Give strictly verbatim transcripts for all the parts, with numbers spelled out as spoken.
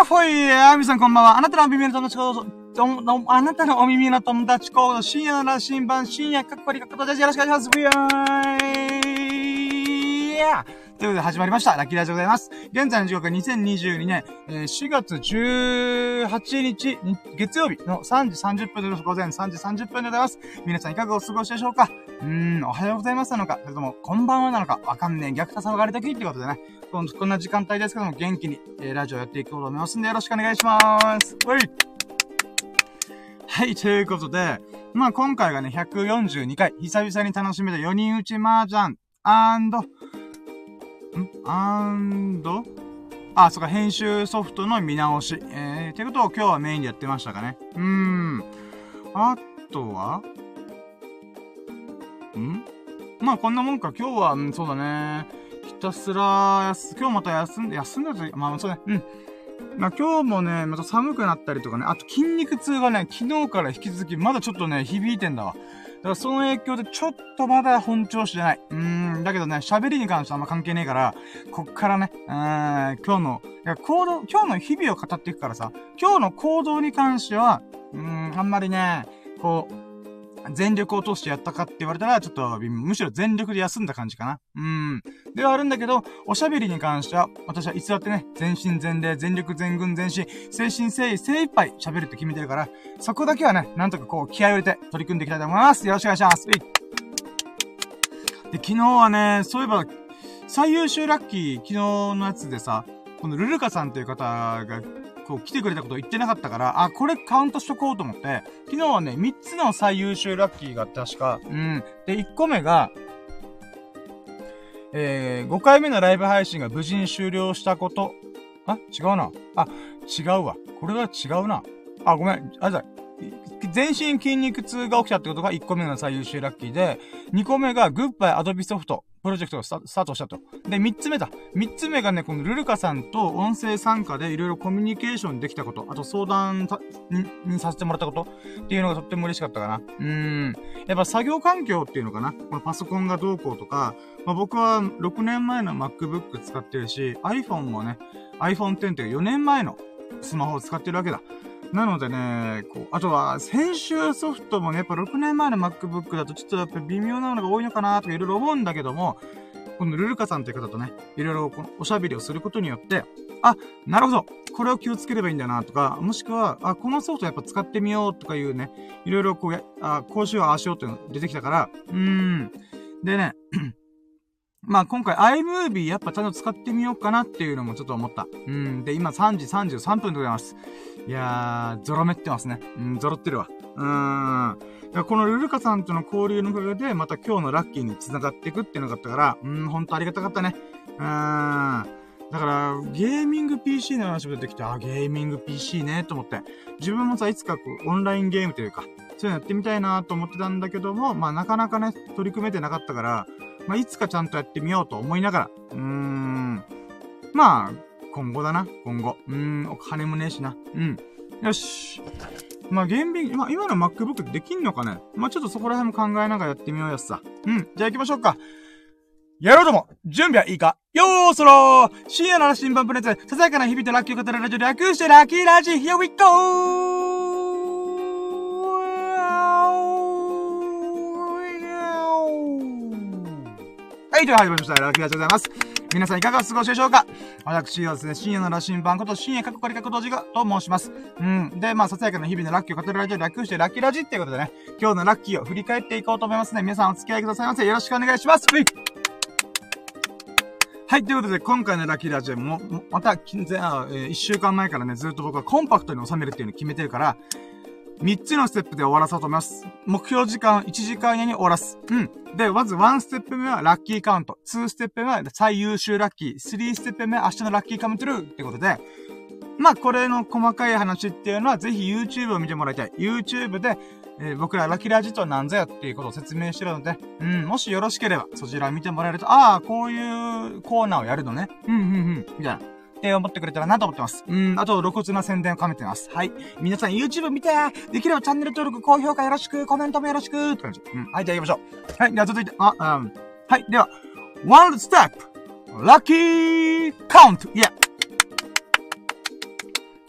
あ、ほい、あみさんこんばんは。あなたのお耳の友達コード、あなたのお耳の友達コード、深夜の羅針盤、深夜かっこりかっことです。よろしくお願いします。ブヤーイヤーということで始まりました。ラッキーラジオでございます。現在の時刻はにせんにじゅうにねん、えー、しがつじゅうはちにち、月曜日のさんじさんじゅっぷんです。午前さんじさんじゅっぷんでございます。皆さんいかがお過ごしでしょうか？うーん、おはようございますなのか、それともこんばんはなのか、わかんねえ、逆さ騒がれたきってことでね、こん、こんな時間帯ですけども、元気に、えー、ラジオやっていこうと思いますんで、よろしくお願いします。はい。はい、ということで、まあ今回がね、ひゃくよんじゅうにかい、久々に楽しめたよにん打ち麻雀、アンド、んアンドあ、そっか、編集ソフトの見直し。えー、ってことを今日はメインでやってましたかね。うーん。あとはんまあこんなもんか。今日は、うん、そうだね。ひたすら、やす、今日また休んで、休んだと、まあそうね。うん。まあ今日もね、また寒くなったりとかね。あと筋肉痛がね、昨日から引き続き、まだちょっとね、響いてんだわ。だからその影響でちょっとまだ本調子じゃない。うーん、だけどね、喋りに関してはあんま関係ねえから、こっからね、うーん、今日の、いや、行動、今日の日々を語っていくからさ、今日の行動に関しては、うーん、あんまりね、こう、全力を通してやったかって言われたら、ちょっと、むしろ全力で休んだ感じかな。うーん。ではあるんだけど、おしゃべりに関しては、私は偽ってね、全身全霊、全力全軍全身、精神誠意、精一杯喋るって決めてるから、そこだけはね、なんとかこう、気合を入れて取り組んでいきたいと思います。よろしくお願いします。で、昨日はね、そういえば、最優秀ラッキー、昨日のやつでさ、このルルカさんという方が、こう来てくれたことを言ってなかったから、あ、これカウントしとこうと思って、昨日はね、みっつの最優秀ラッキーがあって確か、うん。で、いっこめが、えー、ごかいめのライブ配信が無事に終了したこと。あ、違うな。あ、違うわ。これは違うな。あ、ごめん。あれだ。全身筋肉痛が起きたってことがいっこめの最優秀ラッキーで、にこめがグッバイアドビソフトプロジェクトがスタートしたと。で、みっつめだ。みっつめがね、このルルカさんと音声参加でいろいろコミュニケーションできたこと、あと相談に, にさせてもらったことっていうのがとっても嬉しかったかな。うーん。やっぱ作業環境っていうのかな。このパソコンがどうこうとか、まあ、僕はろくねんまえの MacBook 使ってるし、iPhone もね、アイフォンテン っていうよねんまえのスマホを使ってるわけだ。なのでね、こう、あとは、編集ソフトもね、やっぱろくねんまえの MacBook だとちょっとやっぱ微妙なのが多いのかなとかいろいろ思うんだけども、このルルカさんという方とね、いろいろこのおしゃべりをすることによって、あ、なるほど、これを気をつければいいんだなとか、もしくは、あ、このソフトやっぱ使ってみようとかいうね、いろいろこうや、あ、こうしよう、ああしようっていうのが出てきたから、うーん。でね、まあ今回 iMovie やっぱちゃんと使ってみようかなっていうのもちょっと思った。うん。で、今さんじさんじゅうさんぷんでございます。いやー、ゾロ目ってますね。うん、ゾロってるわ。うーん。このルルカさんとの交流のおかげで、また今日のラッキーに繋がっていくっていうのがあったから、うん、ほんとありがたかったね。うーん。だから、ゲーミング ピーシー の話も出てきて、あ、ゲーミング ピーシー ね、と思って。自分もさ、いつかこう、オンラインゲームというか、そういうのやってみたいなと思ってたんだけども、まあなかなかね、取り組めてなかったから、まあ、いつかちゃんとやってみようと思いながら、うーん。まあ、今後だな、今後。うーん、お金もねえしな。うん。よし。まあ、ゲームビン、まあ、今の MacBook できんのかね？まあ、ちょっとそこら辺も考えながらやってみようやつさ。うん。じゃあ行きましょうか。やろうとも、準備はいいか？よーそろー！深夜の羅針盤プレゼン、ささやかな日々とラッキーを語るラジオ略してラッキーラジ Here we go!はい、では始まりました。ラッキーラジオでございます。皆さんいかがお過ごしでしょうか？私はですね、深夜の羅針盤こと深夜かっこりかことじがと申します。うん。で、まあ、ささやかな日々のラッキーを語るラジオ略してラッキーラジっていうことでね、今日のラッキーを振り返っていこうと思いますので、皆さんお付き合いくださいませ。よろしくお願いします。はい。はい、ということで、今回のラッキーラジオも、また、近然、あ、えー、一週間前からね、ずっと僕はコンパクトに収めるっていうのを決めてるから、三つのステップで終わらそうと思います。目標時間いちじかん以内に終わらす。うん。で、まずワンステップ目はラッキーカウント。ツーステップ目は最優秀ラッキー。スリーステップ目は明日のラッキーカムトゥルーってことで、まあ、これの細かい話っていうのはぜひ YouTube を見てもらいたい。YouTube で、えー、僕らラッキーラジとは何ぞやっていうことを説明してるので、うん、もしよろしければそちらを見てもらえると、ああ、こういうコーナーをやるのね。うん、うん、うん、みたいな。って思ってくれたらなと思ってます。うん、あと露骨な宣伝を兼ねてます。はい。皆さん YouTube 見てできればチャンネル登録、高評価よろしく、コメントもよろしくって感じ。うん。はい、じゃあ行きましょう。はい、では続いて、あ、うん。はい、では、ワンステップラッキーカウントイェ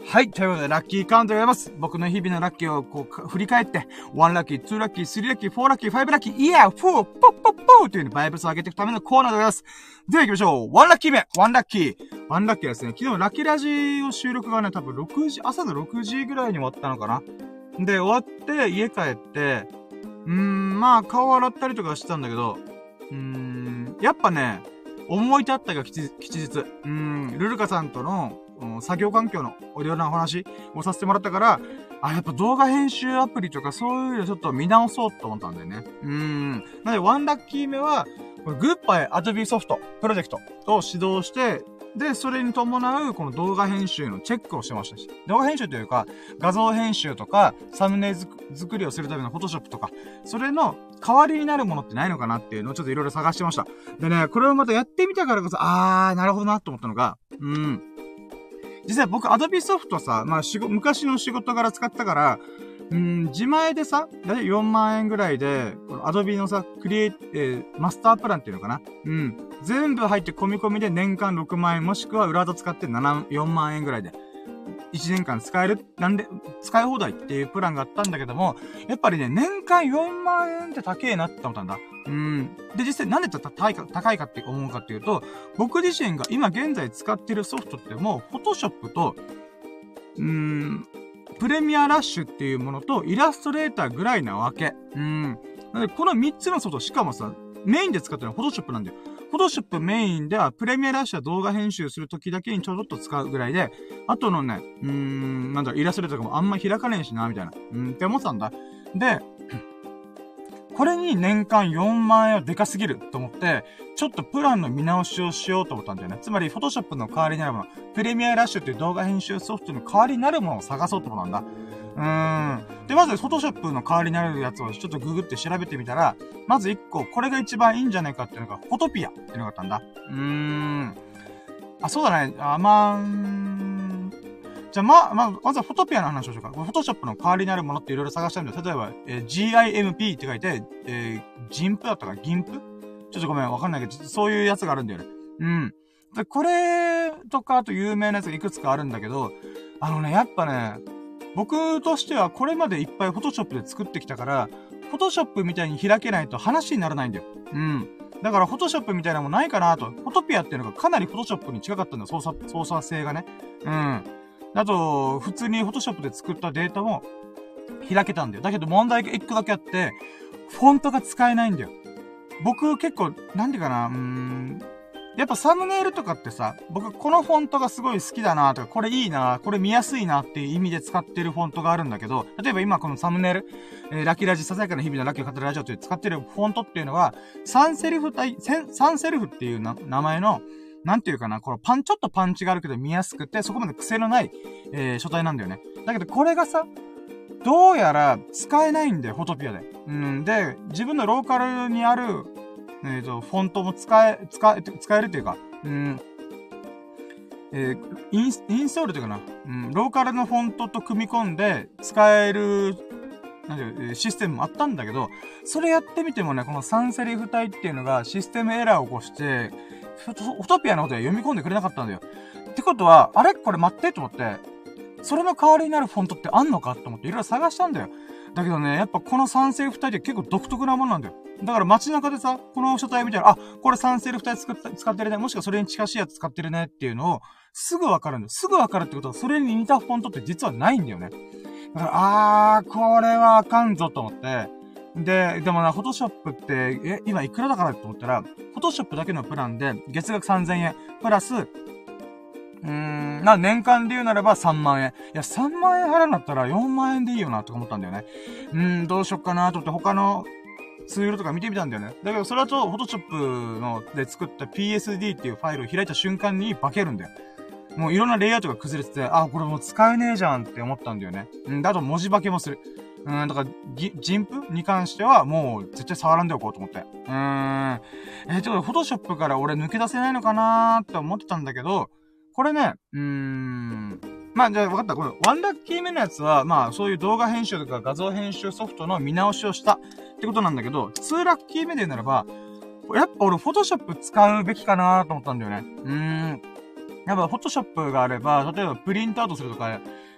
はい。ということで、ラッキーカウントでございます。僕の日々のラッキーをこう、振り返って、ワンラッキー、ツーラッキー、スリーラッキー、フォーラッキー、ファイブラッキー、イヤー、フォー、ポッポッポーというバイブスを上げていくためのコーナーでございます。では行きましょう。ワンラッキー目。ワンラッキー。ワンラッキーはですね、昨日ラッキーラジオ収録がね、多分ろくじ、朝のろくじぐらいに終わったのかな。で、終わって、家帰って、うーん、まあ、顔洗ったりとかしてたんだけど、うーん、やっぱね、思い立ったが吉日。うーん、ルルカさんとの、作業環境のいろいろなお話をさせてもらったから、あ、やっぱ動画編集アプリとかそういうのちょっと見直そうと思ったんだよね。うーん。なので、ワンラッキー目は、これグッバイアドビソフトプロジェクトを指導して、で、それに伴うこの動画編集のチェックをしてましたし、動画編集というか、画像編集とか、サムネ作りをするためのフォトショップとか、それの代わりになるものってないのかなっていうのをちょっといろいろ探してました。でね、これをまたやってみたからこそ、あー、なるほどなと思ったのが、うん。実際僕、アドビソフトさ、まあ、しご、昔の仕事柄使ったから、うん、自前でさ、だいたいよんまんえんぐらいで、このアドビのさ、クリエイ、えー、マスタープランっていうのかな。うん。全部入って込み込みで年間ろくまんえん、もしくは裏技使ってなな、よんまんえんぐらいで、いちねんかん使える、なんで、使い放題っていうプランがあったんだけども、やっぱりね、年間よんまんえんって高えなって思ったんだ。うん。で、実際なんで高いか、高いかって思うかっていうと、僕自身が今現在使ってるソフトってもう、フォトショップと、うーん、プレミアラッシュっていうものと、イラストレーターぐらいなわけ。うん。なので、このみっつのソフト、しかもさ、メインで使ってるのはフォトショップなんだよ。フォトショップメインでは、プレミアラッシュは動画編集するときだけにちょろっと使うぐらいで、あとのね、うーん、なんだろ、イラストレーターとかもあんま開かねえしな、みたいな。うんって思ってたんだ。で、これに年間よんまんえんはでかすぎると思って、ちょっとプランの見直しをしようと思ったんだよね。つまり、フォトショップの代わりになるもの、プレミアラッシュっていう動画編集ソフトの代わりになるものを探そうと思ったんだ。うーん。で、まず、フォトショップの代わりになるやつをちょっとググって調べてみたら、まずいっこ、これが一番いいんじゃないかっていうのが、フォトピアっていうのがあったんだ。うーん。あ、そうだね。あ、まあ、じゃあ、まあ、まあ、まずはフォトピアの話をしようか。フォトショップの代わりになるものっていろいろ探したんだよ。例えば、えー、ジーアイエムピー って書いて、えー、ジンプだったか ギンプ ちょっとごめん、わかんないけど、そういうやつがあるんだよね。うん。で、これとか、あと有名なやつがいくつかあるんだけど、あのね、やっぱね、僕としてはこれまでいっぱいフォトショップで作ってきたから、フォトショップみたいに開けないと話にならないんだよ。うん。だから、フォトショップみたいなのもないかなと。フォトピアっていうのがかなりフォトショップに近かったんだよ。操作、操作性がね。うん。あと、普通にフォトショップで作ったデータも開けたんだよ。だけど問題がいっこだけあって、フォントが使えないんだよ。僕結構、なんていうかな、うーん、やっぱサムネイルとかってさ、僕このフォントがすごい好きだなとか、これいいな、これ見やすいなっていう意味で使ってるフォントがあるんだけど、例えば今このサムネイル、えー、ラッキーラジ、ささやかな日々のラッキーを語るラジオという使ってるフォントっていうのは、サンセルフ対、サンセルフっていうな名前の、なんていうかな、このパン、ちょっとパンチがあるけど見やすくて、そこまで癖のない、えー、書体なんだよね。だけどこれがさ、どうやら使えないんだよ、フォトピアで。うんで、自分のローカルにある、えっと、フォントも使え、使え、使えるっていうか、うん、えー、イン、インストールというかな、うん、ローカルのフォントと組み込んで使える、なんていう、システムもあったんだけど、それやってみてもね、このサンセリフ体っていうのがシステムエラーを起こして、フォトピアのことで読み込んでくれなかったんだよ。ってことは、あれこれ待ってと思って、それの代わりになるフォントってあんのかと思っていろいろ探したんだよ。だけどね、やっぱこのサンセリフ体って結構独特なものなんだよ。だから街中でさ、この書体見たら、あ、これサンセリフ体使って使ってるね。もしくはそれに近しいやつ使ってるねっていうのを、すぐわかるんだよ。すぐわかるってことは、それに似たフォントって実はないんだよね。だから、あー、これはあかんぞと思って、で、でもな、フォトショップって、え、今いくらだからと思ったら、フォトショップだけのプランで、月額さんぜんえん、プラス、うーん、な、年間で言うならばさんまんえん。いや、さんまんえん払うんだったらよんまんえんでいいよな、とか思ったんだよね。うーん、どうしよっかな、と思って他のツールとか見てみたんだよね。だけど、それだと、フォトショップので作った ピーエスディー っていうファイルを開いた瞬間に化けるんだよ。もういろんなレイアウトが崩れてて、あ、これもう使えねえじゃんって思ったんだよね。うん、だと文字化けもする。うん、だから、ジンプに関しては、もう、絶対触らんでおこうと思って。うーん。えー、ちょっと、フォトショップから俺抜け出せないのかなーって思ってたんだけど、これね、うーん。まあ、じゃあ分かった。これ、ワンラッキー目のやつは、まあ、そういう動画編集とか画像編集ソフトの見直しをしたってことなんだけど、ツーラッキー目で言うならば、やっぱ俺、フォトショップ使うべきかなーと思ったんだよね。うーん。やっぱ、フォトショップがあれば、例えばプリントアウトするとか、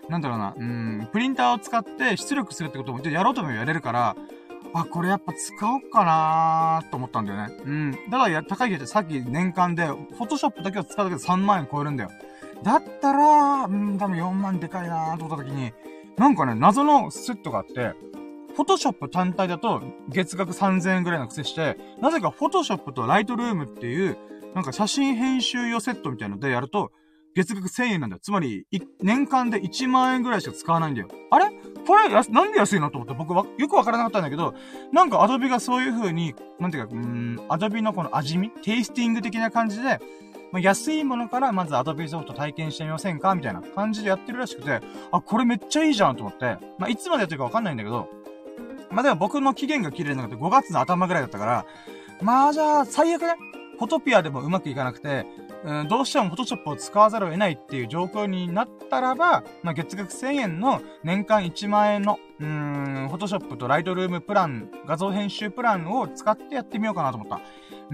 なんだろうな、うーん、プリンターを使って出力するってこともやろうともやれるから、あ、これやっぱ使おうかなーと思ったんだよね。うん。だからや、高いけどさっき年間で、フォトショップだけを使うだけでさんまんえん超えるんだよ。だったら、うん、多分よんまんでかいなーと思った時に、なんかね、謎のセットがあって、フォトショップ単体だと月額さんぜんえんぐらいの癖して、なぜかフォトショップとライトルームっていう、なんか写真編集用セットみたいのでやると、月額せんえんなんだよ。つまり、年間でいちまんえんぐらいしか使わないんだよ。あれこれ、やす、なんで安いのと思って僕はよくわからなかったんだけど、なんかアドビがそういう風に、なんていうか、うーん、アドビのこの味見テイスティング的な感じで、まあ、安いものからまずアドビソフト体験してみませんかみたいな感じでやってるらしくて、あ、これめっちゃいいじゃんと思って、まあ、いつまでやってるかわかんないんだけど、まあ、でも僕の期限が切れるのがごがつの頭ぐらいだったから、まあじゃあ、最悪ね、フォトピアでもうまくいかなくて、うん、どうしてもフォトショップを使わざるを得ないっていう状況になったらば、まあ、月額せんえんの年間いちまんえんの、うーん、フォトショップとライトルームプラン、画像編集プランを使ってやってみようかなと思った。うん。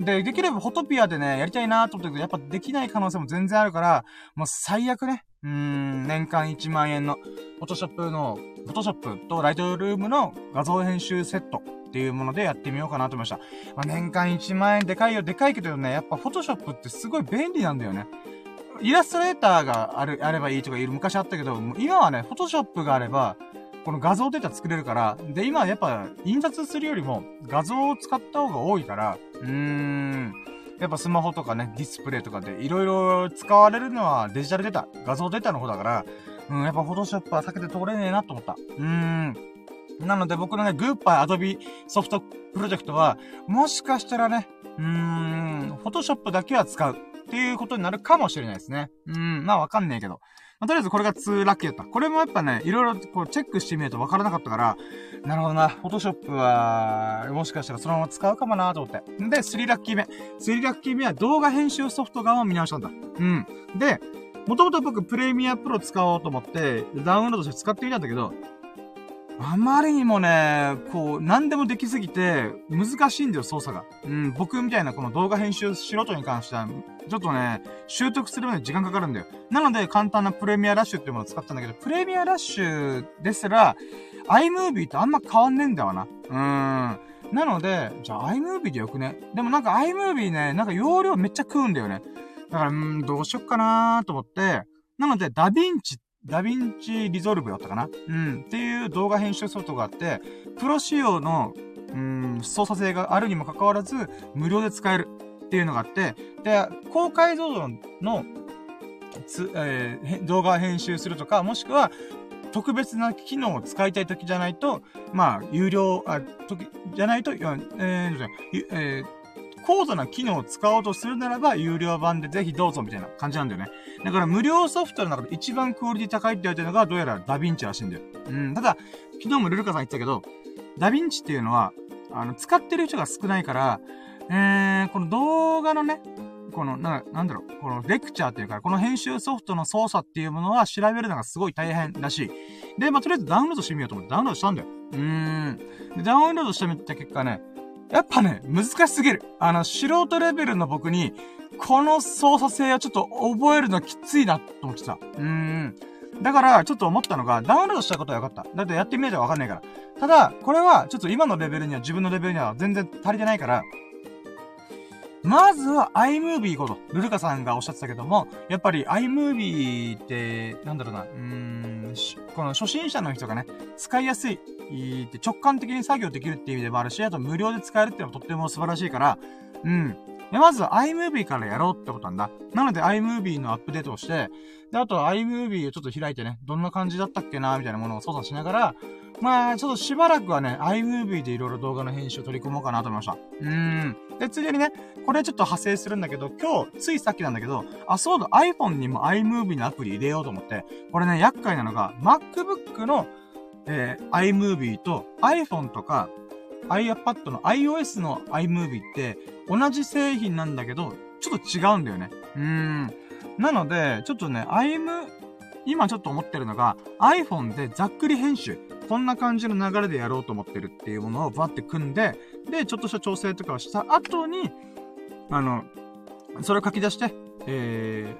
で、できればフォトピアでね、やりたいなと思ったけど、やっぱできない可能性も全然あるから、もう最悪ね。うーん、年間いちまんえんの、フォトショップの、フォトショップとライトルームの画像編集セットっていうものでやってみようかなと思いました。まあ、年間いちまんえんでかいよ、でかいけどね、やっぱフォトショップってすごい便利なんだよね。イラストレーターがある、あればいいとかいる昔あったけど、今はね、フォトショップがあれば、この画像データ作れるから、で、今やっぱ印刷するよりも画像を使った方が多いから、うーん、やっぱスマホとかね、ディスプレイとかでいろいろ使われるのはデジタルデータ、画像データの方だから、うん、やっぱフォトショップは避けて通れねえなと思った。うーん。なので僕のね、グーパイアドビソフトプロジェクトは、もしかしたらね、うーん、フォトショップだけは使うっていうことになるかもしれないですね。うん、まあわかんねえけど。まあ、とりあえずこれがにラッキーだった。これもやっぱね、いろいろこうチェックしてみるとわからなかったから、なるほどな、フォトショップは、もしかしたらそのまま使うかもなと思って。で、さんラッキー目。さんラッキー目は動画編集ソフト側を見直したんだ。うん。で、もともと僕プレミアプロ使おうと思って、ダウンロードして使ってみたんだけど、あまりにもね、こう、何でもできすぎて、難しいんだよ、操作が。うん、僕みたいなこの動画編集素人に関しては、ちょっとね、習得するまで時間かかるんだよ。なので、簡単なプレミアラッシュっていうものを使ったんだけど、プレミアラッシュですら、iMovie とあんま変わんねえんだわな。うーん。なので、じゃあ iMovie でよくね。でもなんか iMovie ね、なんか容量めっちゃ食うんだよね。だから、うーん、どうしよっかなーと思って、なので、ダヴィンチダヴィンチリゾルブだったかなうん。っていう動画編集ソフトがあって、プロ仕様の、うーん、操作性があるにもかかわらず、無料で使えるっていうのがあって、で、高解像度の、つ、えー、動画編集するとか、もしくは、特別な機能を使いたいときじゃないと、まあ、有料、あ、とき、じゃないと、えー、えー、高度な機能を使おうとするならば、有料版でぜひどうぞみたいな感じなんだよね。だから無料ソフトの中で一番クオリティ高いって言われてるのが、どうやらダヴィンチらしいんだよ。うん。ただ、昨日もルルカさん言ってたけど、ダヴィンチっていうのは、あの、使ってる人が少ないから、えー、この動画のね、この、な、なんだろう、このレクチャーっていうか、この編集ソフトの操作っていうものは調べるのがすごい大変らしい。で、まあ、とりあえずダウンロードしてみようと思ってダウンロードしたんだよ。うーん。で、ダウンロードしてみた結果ね、やっぱね、難しすぎる。あの、素人レベルの僕に、この操作性はちょっと覚えるのきついなと思ってた。うーん。だから、ちょっと思ったのが、ダウンロードしたことはよかった。だってやってみないとわかんないから。ただ、これは、ちょっと今のレベルには、自分のレベルには全然足りてないから、まずは iMovie 行こうと。ルルカさんがおっしゃってたけども、やっぱり iMovie って、なんだろうな、うーん、この初心者の人がね、使いやすい、って直感的に作業できるっていう意味でもあるし、あと無料で使えるっていうのはとっても素晴らしいから、うん。で、まずは iMovie からやろうってことなんだ。なので iMovie のアップデートをして、で、あと iMovie をちょっと開いてね、どんな感じだったっけな、みたいなものを操作しながら、まあ、ちょっとしばらくはね、iMovie でいろいろ動画の編集を取り組もうかなと思いました。うーん。で、ついでにね、これちょっと派生するんだけど、今日、ついさっきなんだけど、あ、そうだ、iPhone にも iMovie のアプリ入れようと思って、これね、厄介なのが、MacBook の、えー、iMovie と iPhone とか、iPad の iOS の iMovie って、同じ製品なんだけど、ちょっと違うんだよね。うーん。なので、ちょっとね、iM、今ちょっと思ってるのが、iPhone でざっくり編集。こんな感じの流れでやろうと思ってるっていうものをバッて組んで、で、ちょっとした調整とかをした後に、あの、それを書き出して、え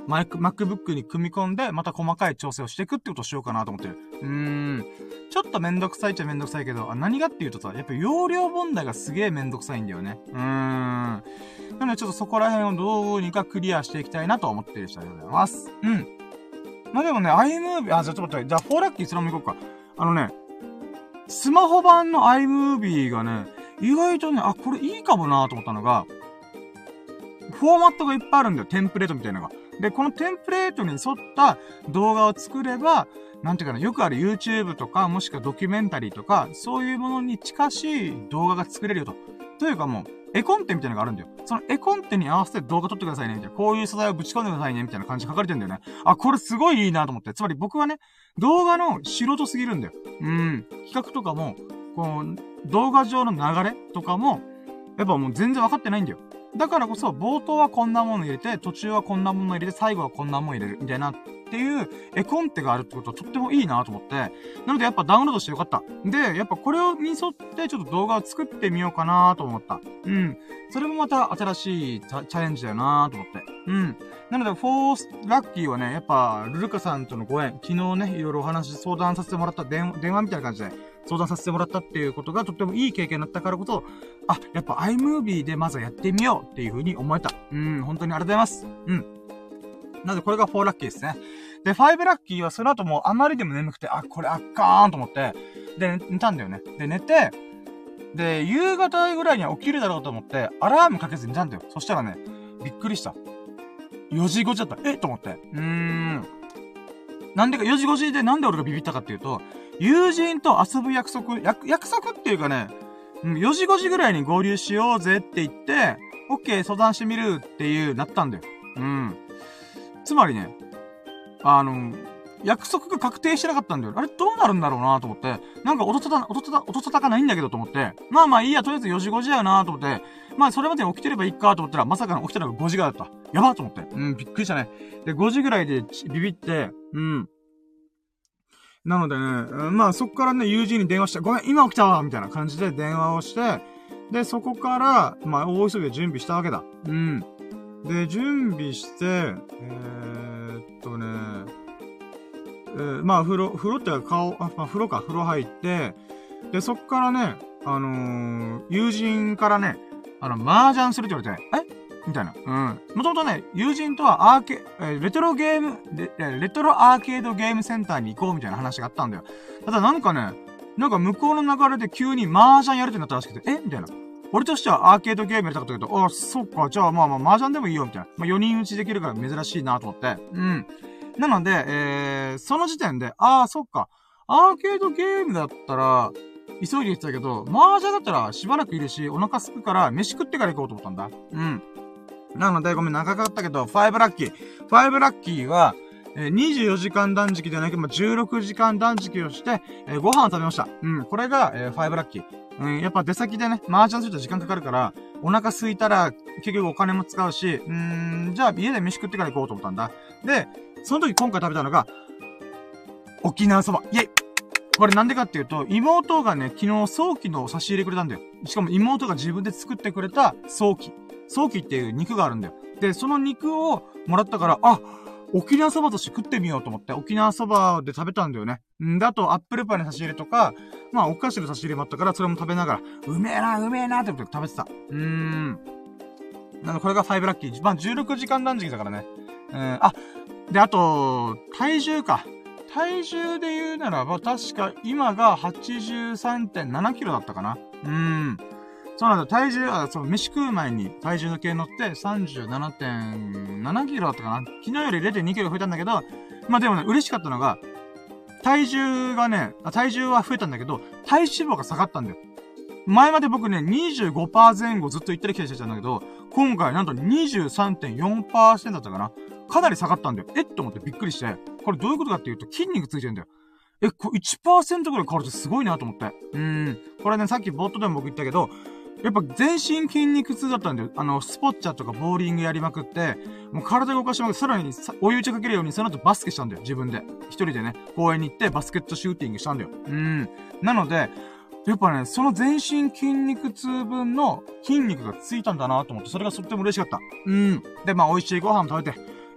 マイク、MacBook に組み込んで、また細かい調整をしていくってことをしようかなと思ってる。うーん。ちょっとめんどくさいっちゃめんどくさいけど、あ、何がっていうとさ、やっぱ容量問題がすげえめんどくさいんだよね。うーん。なのでちょっとそこら辺をどうにかクリアしていきたいなと思っている次第でございます。うん。まあでもね、iMovie、あ、じゃあちょっと待って、じゃあフォーラッキーそれも行こうか。あのね、スマホ版の iMovie がね、意外とね、あ、これいいかもなと思ったのが、フォーマットがいっぱいあるんだよ。テンプレートみたいなのが。で、このテンプレートに沿った動画を作れば、なんていうかな、よくある YouTube とか、もしくはドキュメンタリーとか、そういうものに近しい動画が作れるよと。というかもう、絵コンテみたいなのがあるんだよ。その絵コンテに合わせて動画撮ってくださいね、みたいな。こういう素材をぶち込んでくださいね、みたいな感じで書かれてんだよね。あ、これすごいいいなと思って。つまり僕はね、動画の素人すぎるんだよ。うん。企画とかも、こう、動画上の流れとかも、やっぱもう全然わかってないんだよ。だからこそ、冒頭はこんなもの入れて、途中はこんなもの入れて、最後はこんなもの入れる、みたいな、っていう、絵コンテがあるってことはとってもいいなと思って。なのでやっぱダウンロードしてよかった。で、やっぱこれをに沿ってちょっと動画を作ってみようかなと思った。うん。それもまた新しいチャレンジだよなと思って。うん。なので、フォーラッキーはね、やっぱ、ルルカさんとのご縁、昨日ね、いろいろお話、相談させてもらった電話、電話みたいな感じで、相談させてもらったっていうことがとってもいい経験だったからこそ、あ、やっぱ iMovie でまずはやってみようっていう風に思えた。うん、本当にありがとうございます。うん。なので、これがフォーラッキーですね。で、ファイブラッキーはその後もうあまりでも眠くて、あ、これあっかーんと思って、で、寝たんだよね。で、寝て、で、夕方ぐらいには起きるだろうと思って、アラームかけずに寝たんだよ。そしたらね、びっくりした。よじごじだった。えっと思って。うーん。なんでか、よじごじでなんで俺がビビったかっていうと、友人と遊ぶ約束、約、約束っていうかね、よじごじぐらいに合流しようぜって言って、オッケー相談してみるっていう、なったんだよ。うん。つまりね、あの、約束が確定してなかったんだよ。あれどうなるんだろうなと思って、なんか音たた、音たた、音たたかないんだけどと思って、まあまあいいや、とりあえずよじごじだよなと思って、まあそれまでに起きてればいいかと思ったら、まさかの起きたのがごじぐらいだった。やばーと思って。うん、びっくりしたね。で、ごじぐらいでビビって、うん。なのでね、うん、まあそっからね、友人に電話して、ごめん、今起きたわみたいな感じで電話をして、で、そこから、まあ大急ぎで準備したわけだ。うん。で、準備して、えー、っとね、えー、まあ風呂、風呂ってか顔、あ、まあ風呂か、風呂入って、で、そっからね、あのー、友人からね、あの、麻雀するって言われて、えみたいな。うん。もともとね、友人とはアーケ、えー、レトロゲームレ、レトロアーケードゲームセンターに行こうみたいな話があったんだよ。ただなんかね、なんか向こうの流れで急に麻雀やるってなったらしくて、えみたいな。俺としてはアーケードゲームやりたかったけど、あ、そっか、じゃあまあまあ麻雀でもいいよ、みたいな。まあよにん打ちできるから珍しいなと思って。うん。なので、えー、その時点で、ああ、そっか。アーケードゲームだったら、急いで言ってたけど、麻雀だったらしばらくいるし、お腹空くから飯食ってから行こうと思ったんだ。うん。なので、ごめん、長かったけど、ファイブラッキー。ファイブラッキーは、えー、にじゅうよじかん断食ではなく、まあ、じゅうろくじかん断食をして、えー、ご飯を食べました。うん、これが、えー、ファイブラッキー。うん、やっぱ出先でね、麻雀すると時間かかるから、お腹空いたら、結局お金も使うし、うーん、じゃあ家で飯食ってから行こうと思ったんだ。で、その時今回食べたのが、沖縄そば。イェイこれなんでかっていうと、妹がね、昨日早期の差し入れくれたんだよ。しかも妹が自分で作ってくれた早期。早期っていう肉があるんだよ。で、その肉をもらったから、あ、沖縄そばとして食ってみようと思って、沖縄そばで食べたんだよね。んだと、アップルパイの差し入れとか、まあ、お菓子の差し入れもあったから、それも食べながら、うめえな、うめえなってことで食べてた。うーん。なので、これがファイブラッキー。まあ、じゅうろくじかん断食だからね。うん、あ、で、あと、体重か。体重で言うならば、確か今が はちじゅうさんてんななキロだったかな。うーん。そうなんだ。体重、あ、そう、飯食う前に体重の計乗って さんじゅうななてんななキロだったかな。昨日より れいてんにキロ増えたんだけど、まあでもね、嬉しかったのが、体重がね、体重は増えたんだけど、体脂肪が下がったんだよ。前まで僕ね、にじゅうごパーセント 前後ずっと言ったり来たりしてたんだけど、今回なんと にじゅうさんてんよんパーセント だったかな。かなり下がったんだよ。えっと思ってびっくりして、これどういうことかっていうと筋肉ついてるんだよ。え、これ いちパーセント ぐらい変わるってすごいなと思って。うーん。これね、さっき冒頭でも僕言ったけど、やっぱ全身筋肉痛だったんだよ。あの、スポッチャとかボーリングやりまくって、もう体動かしまくって、さらに追い打ちかけるようにその後バスケしたんだよ。自分で。一人でね、公園に行ってバスケットシューティングしたんだよ。うーん。なので、やっぱね、その全身筋肉痛分の筋肉がついたんだなと思って、それがとっても嬉しかった。うん。で、まあ、美味しいご飯も食べて、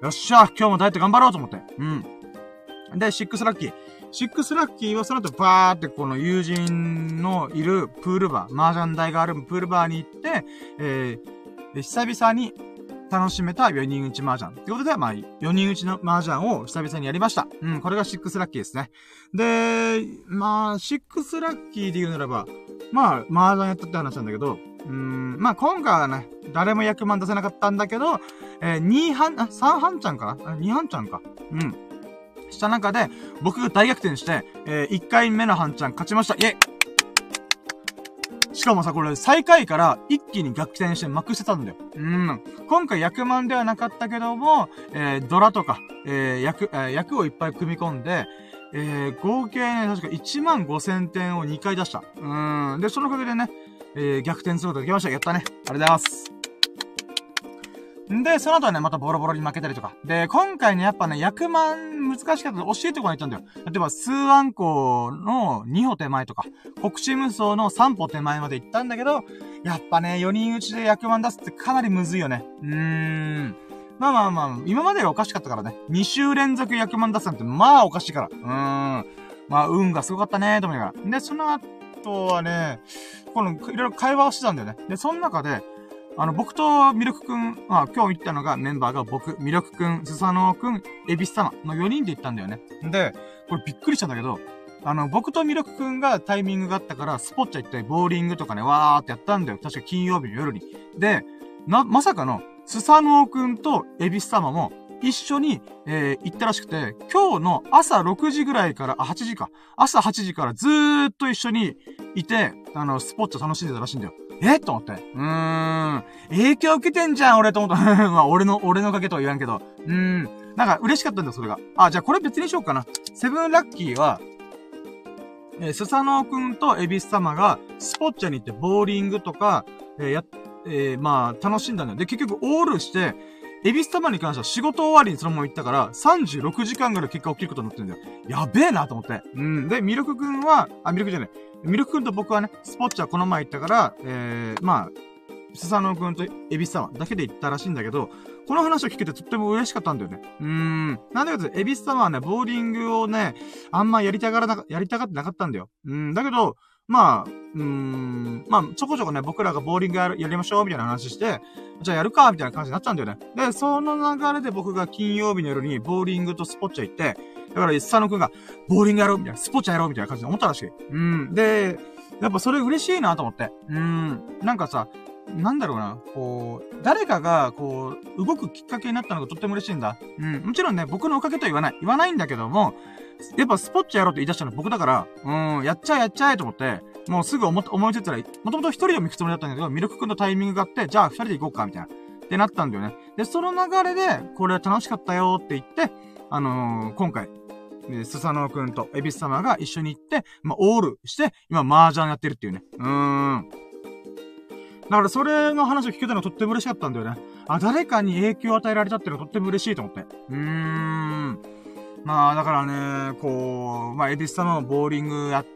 よっしゃ今日もダイエット頑張ろうと思って。うん。で、シックスラッキー。シックスラッキーはその後バーってこの友人のいるプールバー、麻雀台があるプールバーに行って、えー、久々に楽しめたよにん打ち麻雀。ってことで、まあ、よにん打ちの麻雀を久々にやりました。うん、これがシックスラッキーですね。で、まあ、シックスラッキーで言うならば、まあ、麻雀やったって話なんだけど、うーん、まあ今回はね、誰もひゃくまん出せなかったんだけど、えー、に半、あ、さん半ちゃんかな ?に 半ちゃんか。うん。した中で、僕が大逆転して、えー、いっかいめの半ちゃん勝ちました。イェイ！しかもさ、これ最下位から一気に逆転してまくしてたんだよ。うん。今回役満ではなかったけども、えー、ドラとか、えー、役、えー、役をいっぱい組み込んで、えー、合計ね、確かいちまんごせんてんをにかい出した。うん。で、そのおかげでね、えー、逆転することができました。やったね。ありがとうございます。んで、その後はね、またボロボロに負けたりとか。で、今回ね、やっぱね、役満難しかったら教えてこないとんだよ。例えば、数案校のに歩手前とか、国士無双のさん歩手前まで行ったんだけど、やっぱね、よにん打ちで役満出すってかなりむずいよね。うーん。まあまあまあ、今までがおかしかったからね。に週連続役満出すなんて、まあおかしいから。うーん。まあ、運がすごかったね、と思いながら。で、その後はね、この、いろいろ会話をしてたんだよね。で、その中で、あの、僕とミルクくん、まあ、今日行ったのがメンバーが僕、ミルクくん、スサノオくん、エビス様のよにんで行ったんだよね。で、これびっくりしたんだけど、あの、僕とミルクくんがタイミングがあったから、スポッチャ行ったり、ボーリングとかね、わーってやったんだよ。確か金曜日の夜に。で、な、まさかの、スサノオくんとエビス様も、一緒に、えー、行ったらしくて、今日の朝ろくじぐらいから、あ、はちじか。朝はちじからずーっと一緒にいて、あの、スポッチャ楽しんでたらしいんだよ。えと思って。うーん。影響受けてんじゃん、俺と思った。まあ、俺の、俺のおかげとは言わんけど。うーん。なんか嬉しかったんだよ、それが。あ、じゃあこれ別にしようかな。セブンラッキーは、えー、スサノオくんとエビス様が、スポッチャに行って、ボーリングとか、えー、や、えー、まあ、楽しんだんだよ。で、結局、オールして、エビス様に関しては仕事終わりにそのまま行ったから、さんじゅうろくじかんぐらい結果起きることになってるんだよ。やべえなと思って。うん。で、ミルクくんは、あ、ミルクじゃない。ミルクくんと僕はね、スポッチャこの前行ったから、えー、まあ、スサノオくんとエビス様だけで行ったらしいんだけど、この話を聞けてとっても嬉しかったんだよね。うーん。なんだけど、エビス様はね、ボーリングをね、あんまやりたがらな、やりたがってなかったんだよ。うん。だけど、まあ、うーん、まあ、ちょこちょこね、僕らがボーリングやる、やりましょう、みたいな話して、じゃあやるか、みたいな感じになっちゃうんだよね。で、その流れで僕が金曜日の夜にボーリングとスポッチャ行って、だから、スサノくんが、ボーリングやろう、みたいな、スポッチャやろう、みたいな感じで思ったらしい。うん。で、やっぱそれ嬉しいなと思って。うーん。なんかさ、なんだろうな、こう、誰かが、こう、動くきっかけになったのがとっても嬉しいんだ。うん。もちろんね、僕のおかげとは言わない。言わないんだけども、やっぱスポッチャやろうって言い出したのは僕だから、うん、やっちゃえやっちゃえと思って、もうすぐ思っ、思いついたら、もともと一人でも行くつもりだったんだけど、ミルクくんのタイミングがあって、じゃあ二人で行こうか、みたいな。ってなったんだよね。で、その流れで、これは楽しかったよって言って、あのー、今回、スサノオくんとエビス様が一緒に行って、まあ、オールして、今、麻雀やってるっていうね。うーん。だからそれの話を聞けたのがとっても嬉しかったんだよね。あ、誰かに影響を与えられたっていうのがとっても嬉しいと思って。うーん。まあ、だからね、こう、まあ、エビス様もボーリングやって、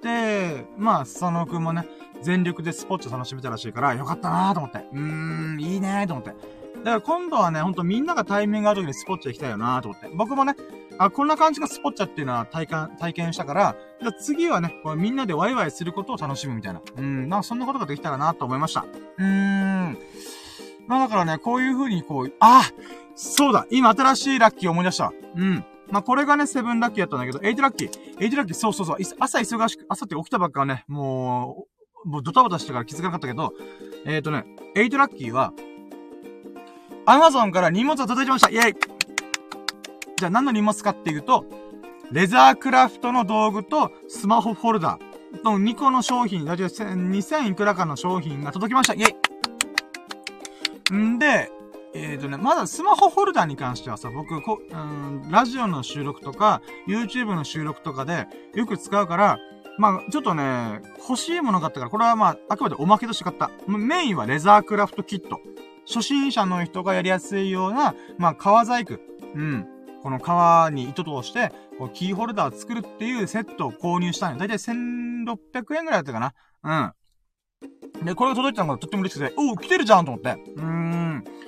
まあ、スサノオくんもね、全力でスポッチャ楽しめたらしいから、よかったなーと思って。うーん、いいねーと思って。だから今度はね、ほんとみんながタイミングがある時にスポッチャ行きたいよなーと思って。僕もね、あ、こんな感じがスポッチャっていうのは体感、体験したから、じゃあ次はね、こうみんなでワイワイすることを楽しむみたいな。うん、なんかそんなことができたらなと思いました。うーん。まあだからね、こういう風にこう、あそうだ今新しいラッキーを思い出した。うん。まあこれがね、セブンラッキーだったんだけど、エイトラッキー。エイトラッキー、そうそうそう。朝忙しく、朝って起きたばっかはね、もう、もうドタバタしてから気づかなかったけど、えーとね、エイトラッキーは、アマゾンから荷物が届いてました。イェイじゃあ何の荷物かっていうと、レザークラフトの道具とスマホフォルダーのにこの商品、だいたいにせんいくらかの商品が届きました。イェイんで、えーとね、まだスマホフォルダーに関してはさ、僕、こ、うん、ラジオの収録とか、YouTube の収録とかでよく使うから、まあ、ちょっとね、欲しいものがあったから、これはまあ、あくまでおまけとして買った。メインはレザークラフトキット。初心者の人がやりやすいような、まあ、革細工。うん。この革に糸通して、こうキーホルダーを作るっていうセットを購入したんよ。だいたいせんろっぴゃくえんぐらいだったかな。うん。で、これが届いたのがとっても嬉しくて、おー、来てるじゃんと思って。うーん。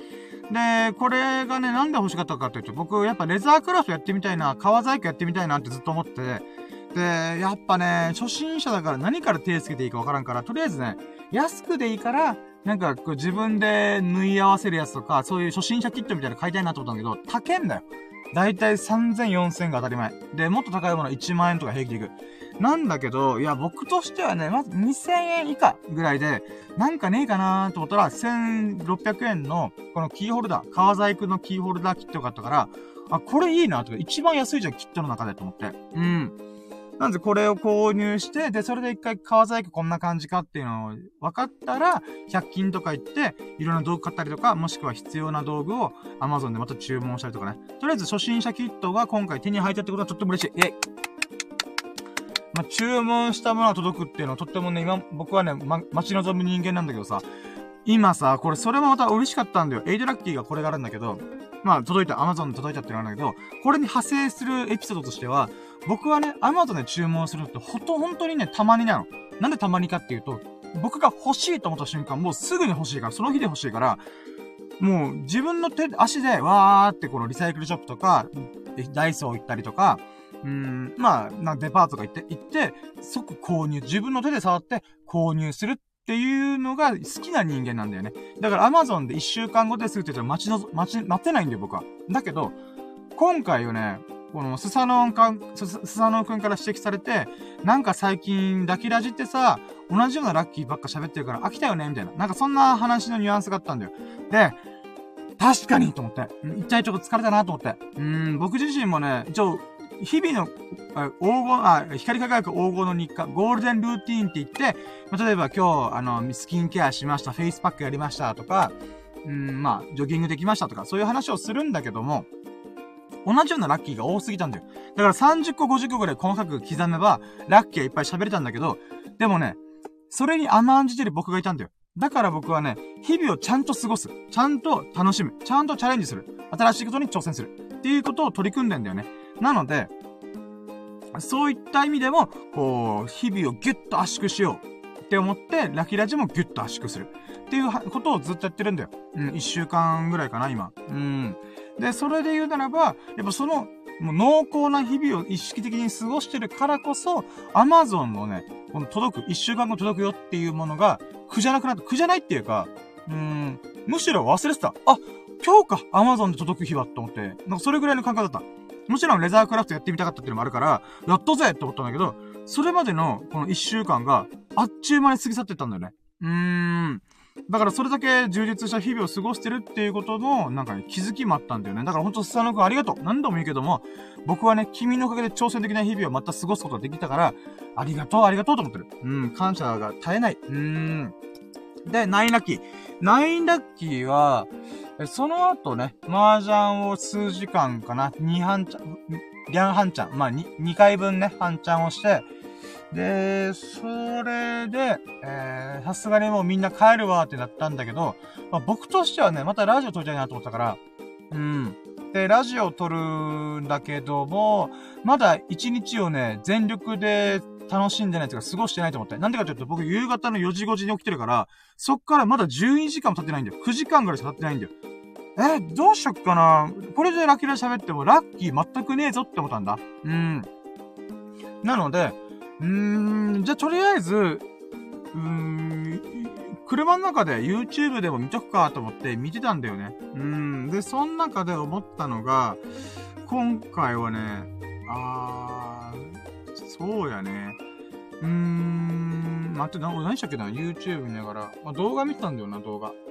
で、これがね、なんで欲しかったかっていうと、僕、やっぱレザークラフトやってみたいな、革細工やってみたいなってずっと思ってて、で、やっぱね、初心者だから何から手つけていいかわからんから、とりあえずね、安くでいいから、なんか、こう自分で縫い合わせるやつとか、そういう初心者キットみたいなの買いたいなと思ったんだけど、高えんだよ。だいたいさんぜん、よんせんが当たり前。で、もっと高いものはいちまん円とか平気でいく。なんだけど、いや、僕としてはね、まずにせんえん以下ぐらいで、なんかねえかなーと思ったら、せんろっぴゃくえんの、このキーホルダー、革細工のキーホルダーキットがあったから、あ、これいいなとか、一番安いじゃん、キットの中でと思って。うん。なんでこれを購入して、で、それで一回革細工こんな感じかっていうのを分かったら、ひゃく均とか行って、いろんな道具買ったりとか、もしくは必要な道具を Amazon でまた注文したりとかね。とりあえず初心者キットが今回手に入ったってことはとっても嬉しい。イェイ。まあ、注文したものが届くっていうのはとってもね、今、僕はね、ま、待ち望む人間なんだけどさ、今さ、これそれもまた嬉しかったんだよ。エイドラッキーがこれがあるんだけど、まあ、届いた、Amazon で届いたっていうのがあるんだけど、これに派生するエピソードとしては、僕はね、Amazon で注文すると、ほと、本当にね、たまになの。なんでたまにかっていうと、僕が欲しいと思った瞬間、もうすぐに欲しいから、その日で欲しいから、もう自分の手、足で、わーってこのリサイクルショップとか、ダイソー行ったりとか、うーん、まあ、なデパートとか行って、行って、即購入、自分の手で触って購入するっていうのが好きな人間なんだよね。だから Amazon でいっしゅうかんごですぐって言ったら待ちの、待ち、待てないんだよ、僕は。だけど、今回はね、このスサノンか、スサノンくんから指摘されて、なんか最近、ラキラジってさ、同じようなラッキーばっか喋ってるから飽きたよねみたいな。なんかそんな話のニュアンスがあったんだよ。で、確かにと思って。一体ちょっと疲れたなと思って。うーん、僕自身もね、一応、日々の、黄金、あ、光り輝く黄金の日課、ゴールデンルーティーンって言って、まあ、例えば今日、あの、スキンケアしました、フェイスパックやりましたとか、うーん、まあ、ジョギングできましたとか、そういう話をするんだけども、同じようなラッキーが多すぎたんだよ。だからさんじゅっこ、ごじゅっこぐらい細かく刻めば、ラッキーはいっぱい喋れたんだけど、でもね、それに甘んじてる僕がいたんだよ。だから僕はね、日々をちゃんと過ごす。ちゃんと楽しむ。ちゃんとチャレンジする。新しいことに挑戦する。っていうことを取り組んでんだよね。なので、そういった意味でも、こう、日々をギュッと圧縮しようって思って、ラキラジもギュッと圧縮する。っていうことをずっとやってるんだよ。うん、一週間ぐらいかな、今。うん。で、それで言うならば、やっぱその、もう濃厚な日々を意識的に過ごしてるからこそ、Amazon のね、この届く、一週間後届くよっていうものが、苦じゃなくなった。苦じゃないっていうか、うーん、むしろ忘れてた。あ、今日か、Amazon で届く日はと思って、なんかそれぐらいの感覚だった。もちろんレザークラフトやってみたかったっていうのもあるから、やっとぜって思ったんだけど、それまでのこの一週間が、あっちゅう間に過ぎ去ってったんだよね。うーん。だからそれだけ充実した日々を過ごしてるっていうことの、なんかね、気づきもあったんだよね。だからほんとスサノくんありがとう。何度も言うけども、僕はね、君のおかげで挑戦的な日々をまた過ごすことができたから、ありがとう、ありがとうと思ってる。うん、感謝が絶えない。うーん。で、ナインラッキー。ナインラッキーは、その後ね、麻雀を数時間かな、に半ちゃん、リャン半ちゃん、まあ、に、にかいぶんね、半ちゃんをして、で、それで、えー、さすがにもうみんな帰るわってなったんだけど、まあ、僕としてはね、またラジオ撮りたいなと思ったから、うん。で、ラジオを撮るんだけども、まだ一日をね、全力で楽しんでないというか過ごしてないと思って。なんでかというと僕夕方のよじごじに起きてるから、そっからまだじゅうにじかんも経ってないんだよ。くじかんぐらいしか経ってないんだよ。えー、どうしよっかな。これでラッキーラ喋ってもラッキー全くねえぞって思ったんだ。うん。なので、うーん、じゃあとりあえず、うーん、車の中で YouTube でも見とくかと思って見てたんだよね。うーん。で、その中で思ったのが、今回はね、あー、そうやね。うーん、待って、な、何したっけな ?YouTube 見ながら。あ、動画見てたんだよな、動画。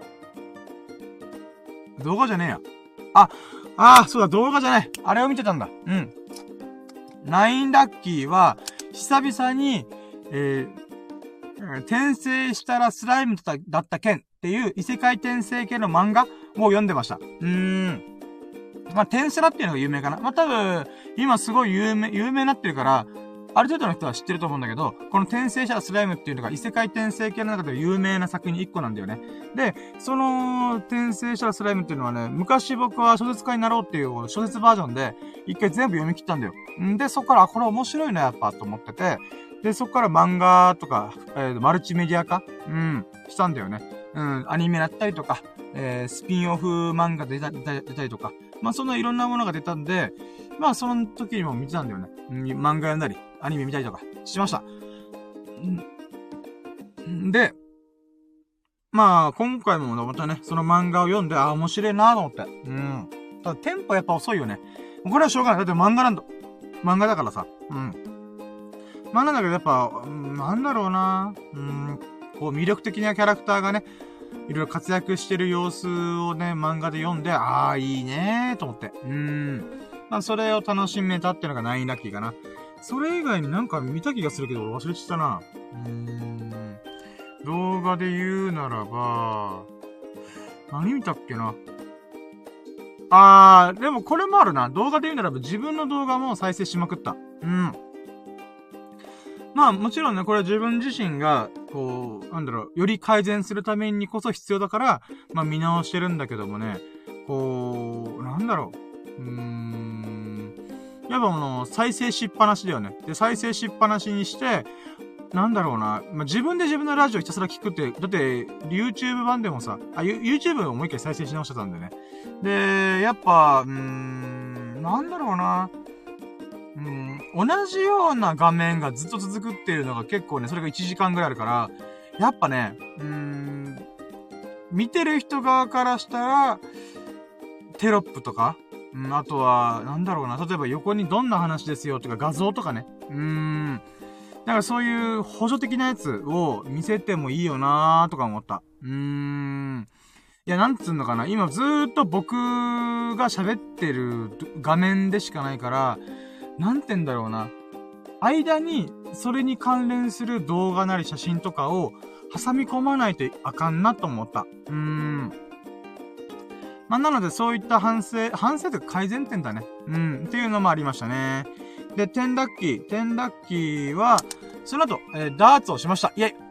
動画じゃねえや。あ、あー、そうだ、動画じゃない。あれを見てたんだ。うん。ナインラッキーは、久々に、えー、転生したらスライムだった件っていう異世界転生系の漫画を読んでました。うーん。まあ、転生らっていうのが有名かな。まあ、多分、今すごい有名、有名になってるから、ある程度の人は知ってると思うんだけど、この転生したらスライムっていうのが異世界転生系の中で有名な作品一個なんだよね。で、その転生したらスライムっていうのはね、昔僕は小説家になろうっていう小説バージョンで一回全部読み切ったんだよ。んで、そこから、あ、これ面白いな、やっぱ、と思ってて、で、そこから漫画とか、えー、マルチメディア化うん、したんだよね。うん、アニメだったりとか、 えー、スピンオフ漫画出た、出た、出たりとか、まあそんないろんなものが出たんで、まあその時にも見てたんだよね。うん、漫画読んだり、アニメ見たりとかしました。んで、まあ今回もまたね、その漫画を読んで、あ、面白いなと思って。うん。ただテンポやっぱ遅いよね。これはしょうがない。だって漫画なんだ。漫画だからさ。うん。まあなんだけどやっぱ、うん、なんだろうな。うん。こう魅力的なキャラクターがね、いろいろ活躍してる様子をね、漫画で読んで、ああ、いいねーと思って。うーん。まあそれを楽しめたっていうのがナインラッキーかな。それ以外になんか見た気がするけど、俺忘れちゃったな。うーん。動画で言うならば、何見たっけな。あー、でもこれもあるな。動画で言うならば自分の動画も再生しまくった。うん。まあもちろんね、これは自分自身が、こう、なんだろう、より改善するためにこそ必要だから、まあ見直してるんだけどもね、こう、なんだろう、うーん、やっぱあの、再生しっぱなしだよね。で、再生しっぱなしにして、なんだろうな、まあ、自分で自分のラジオひたすら聞くって、だって、YouTube 版でもさ、あ、YouTube をもう一回再生し直してたんだよね。で、やっぱ、うーん、なんだろうな、うん、同じような画面がずっと続くっていうのが結構ね、それがいちじかんぐらいあるから、やっぱね、うーん、見てる人側からしたら、テロップとか、うん、あとは、なんだろうな、例えば横にどんな話ですよとか画像とかね、うーん、だからそういう補助的なやつを見せてもいいよなーとか思った。うーん。いや、なんつうのかな、今ずーっと僕が喋ってる画面でしかないから、なんて言うんだろうな。間に、それに関連する動画なり写真とかを挟み込まないとあかんなと思った。うーん。まあ、なのでそういった反省、反省というか改善点だね。うん。っていうのもありましたね。で、テンラッキー。テンラッキーは、その後、えー、ダーツをしました。イェ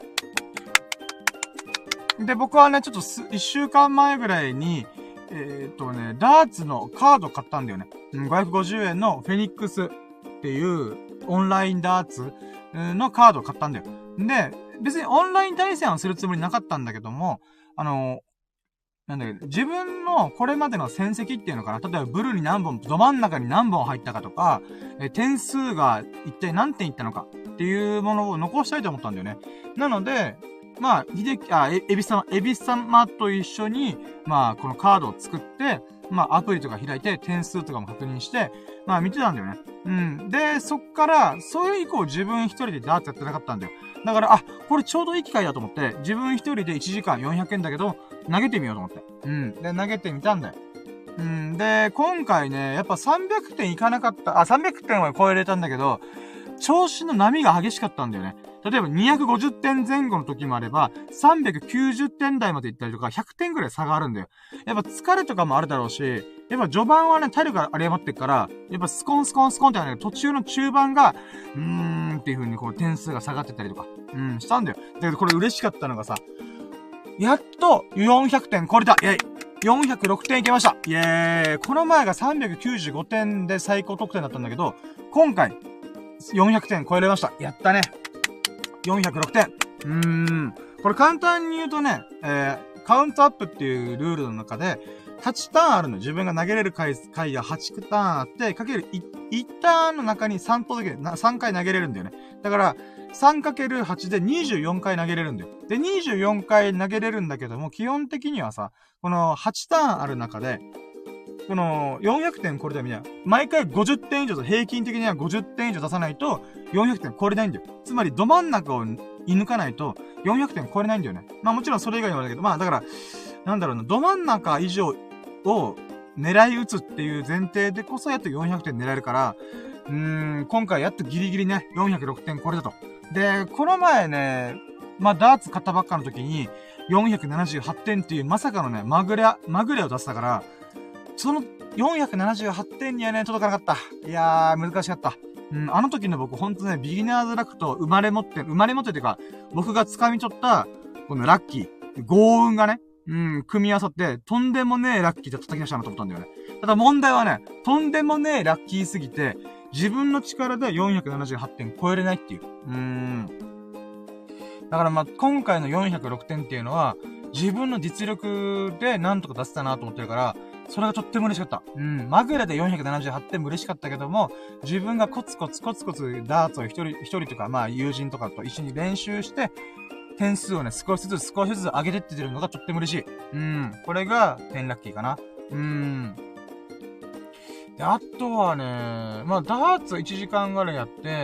イ。で、僕はね、ちょっとす、一週間前ぐらいに、えー、っとね、ダーツのカード買ったんだよね。うん、ごひゃくごじゅうえんのフェニックスっていうオンラインダーツのカードを買ったんだよ。で、別にオンライン対戦をするつもりなかったんだけども、あの、なんだけど、自分のこれまでの戦績っていうのかな。例えばブルーに何本、ど真ん中に何本入ったかとか、え点数が一体何点いったのかっていうものを残したいと思ったんだよね。なので、まあ、秀樹、あ、え、エビ様、エビ様と一緒に、まあ、このカードを作って、まあ、アプリとか開いて、点数とかも確認して、まあ、見てたんだよね。うん。で、そっから、それ以降自分一人でダーツやってなかったんだよ。だから、あ、これちょうどいい機会だと思って、自分一人でいちじかんよんひゃくえんだけど、投げてみようと思って。うん。で、投げてみたんだよ。うん。で、今回ね、やっぱさんびゃくてんいかなかった、あ、さんびゃくてんは超えれたんだけど、調子の波が激しかったんだよね。例えばにひゃくごじゅってんぜん後の時もあれば、さんびゃくきゅうじゅってん台まで行ったりとか、ひゃくてんぐらい差があるんだよ。やっぱ疲れとかもあるだろうし、やっぱ序盤はね、体力があり余ってっから、やっぱスコンスコンスコンってやる途中の中盤が、うーんっていう風にこう点数が下がってたりとか、うん、したんだよ。だけどこれ嬉しかったのがさ、やっとよんひゃくてん超えたイェイよんひゃくろくてんいけましたイェーイこの前がさんびゃくきゅうじゅうごてんで最高得点だったんだけど、今回、よんひゃくてん超えれました。やったね。よんひゃくろくてん。うーん。これ簡単に言うとね、えー、カウントアップっていうルールの中で、はちターンあるの。自分が投げれる回、回がはちターンあって、かける いち, ターンの中にさん投だけ、さんかい投げれるんだよね。だから、さんかけるはち でにじゅうよんかい投げれるんだよ。で、にじゅうよんかい投げれるんだけども、基本的にはさ、このはちターンある中で、このよんひゃくてんこれだみたいな。毎回ごじゅってん以上と平均的にはごじゅってん以上出さないとよんひゃくてん超えれないんだよ。つまりど真ん中を射抜かないとよんひゃくてん超えれないんだよね。まあもちろんそれ以外にもあるけど、まあだから、なんだろうな、ど真ん中以上を狙い撃つっていう前提でこそやっとよんひゃくてん狙えるから、うーん、今回やっとギリギリね、よんひゃくろくてん超えたと。で、この前ね、まあダーツ買ったばっかの時によんひゃくななじゅうはってんっていうまさかのね、まぐれ、まぐれを出したから、そのよんひゃくななじゅうはってんにはね、届かなかった。いやー、難しかった。うん、あの時の僕ほんとね、ビギナーズラックと生まれ持って、生まれ持ってっていうか、僕が掴み取った、このラッキー、豪運がね、うん、組み合わさって、とんでもねえラッキーで叩き出したなと思ったんだよね。ただ問題はね、とんでもねえラッキーすぎて、自分の力でよんひゃくななじゅうはってん超えれないっていう。うーん。だからまあ、今回のよんひゃくろくてんっていうのは、 自分の実力でなんとか出せたなと思ってるから、それがとっても嬉しかった。うん。まぐれでよんひゃくななじゅうはちてんも嬉しかったけども、自分がコツコツコツコツダーツを一人、一人とか、まあ友人とかと一緒に練習して、点数をね、少しずつ少しずつ上げてっててるのがとっても嬉しい。うん。これがじゅうラッキーかな。うん。で、あとはね、まあダーツいちじかんぐらいやって、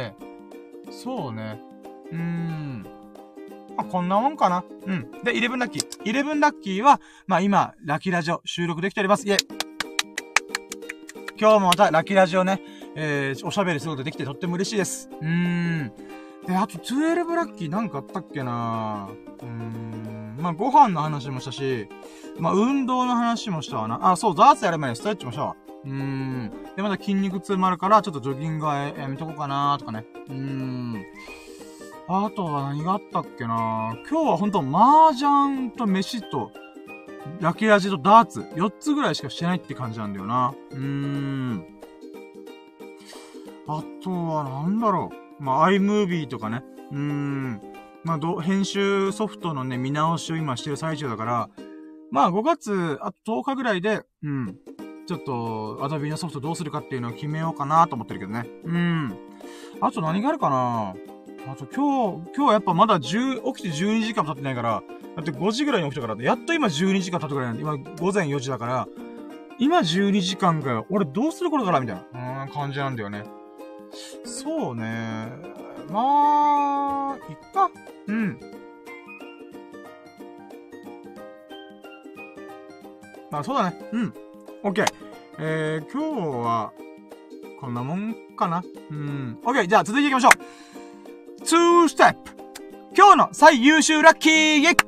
そうね。うーん。まあ、こんなもんかな。うん。で、じゅういちラッキー。じゅういちラッキーは、まあ今、ラッキーラジオ収録できております。イェイ。今日もまたラッキーラジオね、えー、おしゃべりすることできてとっても嬉しいです。うーん。で、あと、じゅうにラッキーなんかあったっけなうーん。まあ、ご飯の話もしたし、まあ、運動の話もしたわな。あ、そう、ダーツやる前にストレッチもしたわ。うーん。で、まだ筋肉痛もあるから、ちょっとジョギングはやめとこうかなとかね。うーん。あとは何があったっけな今日はほんと、麻雀と飯と、ラッキーラジとダーツ、よっつぐらいしかしてないって感じなんだよな。うーん。あとはなんだろう。まあ、iMovie とかね。うーん。まあ、ど、編集ソフトのね、見直しを今してる最中だから、まあ、ごがつ、あととおかぐらいで、うん。ちょっと、Adobe のソフトどうするかっていうのを決めようかなと思ってるけどね。うん。あと何があるかなあと今日、今日やっぱまだじゅう、起きてじゅうにじかんも経ってないから、だってごじぐらいに起きたから、やっと今じゅうにじかん経ったぐらいなんで、今午前よじだから、今じゅうにじかんかよ。俺どうするこれからみたいな、うーん、感じなんだよね。そうね。まあ、いっか。うん。あ、そうだね。うん。オッケー。えー、今日は、こんなもんかな。うん。オッケー。じゃあ続いていきましょう。にステップ。今日の最優秀ラッキーイェイ。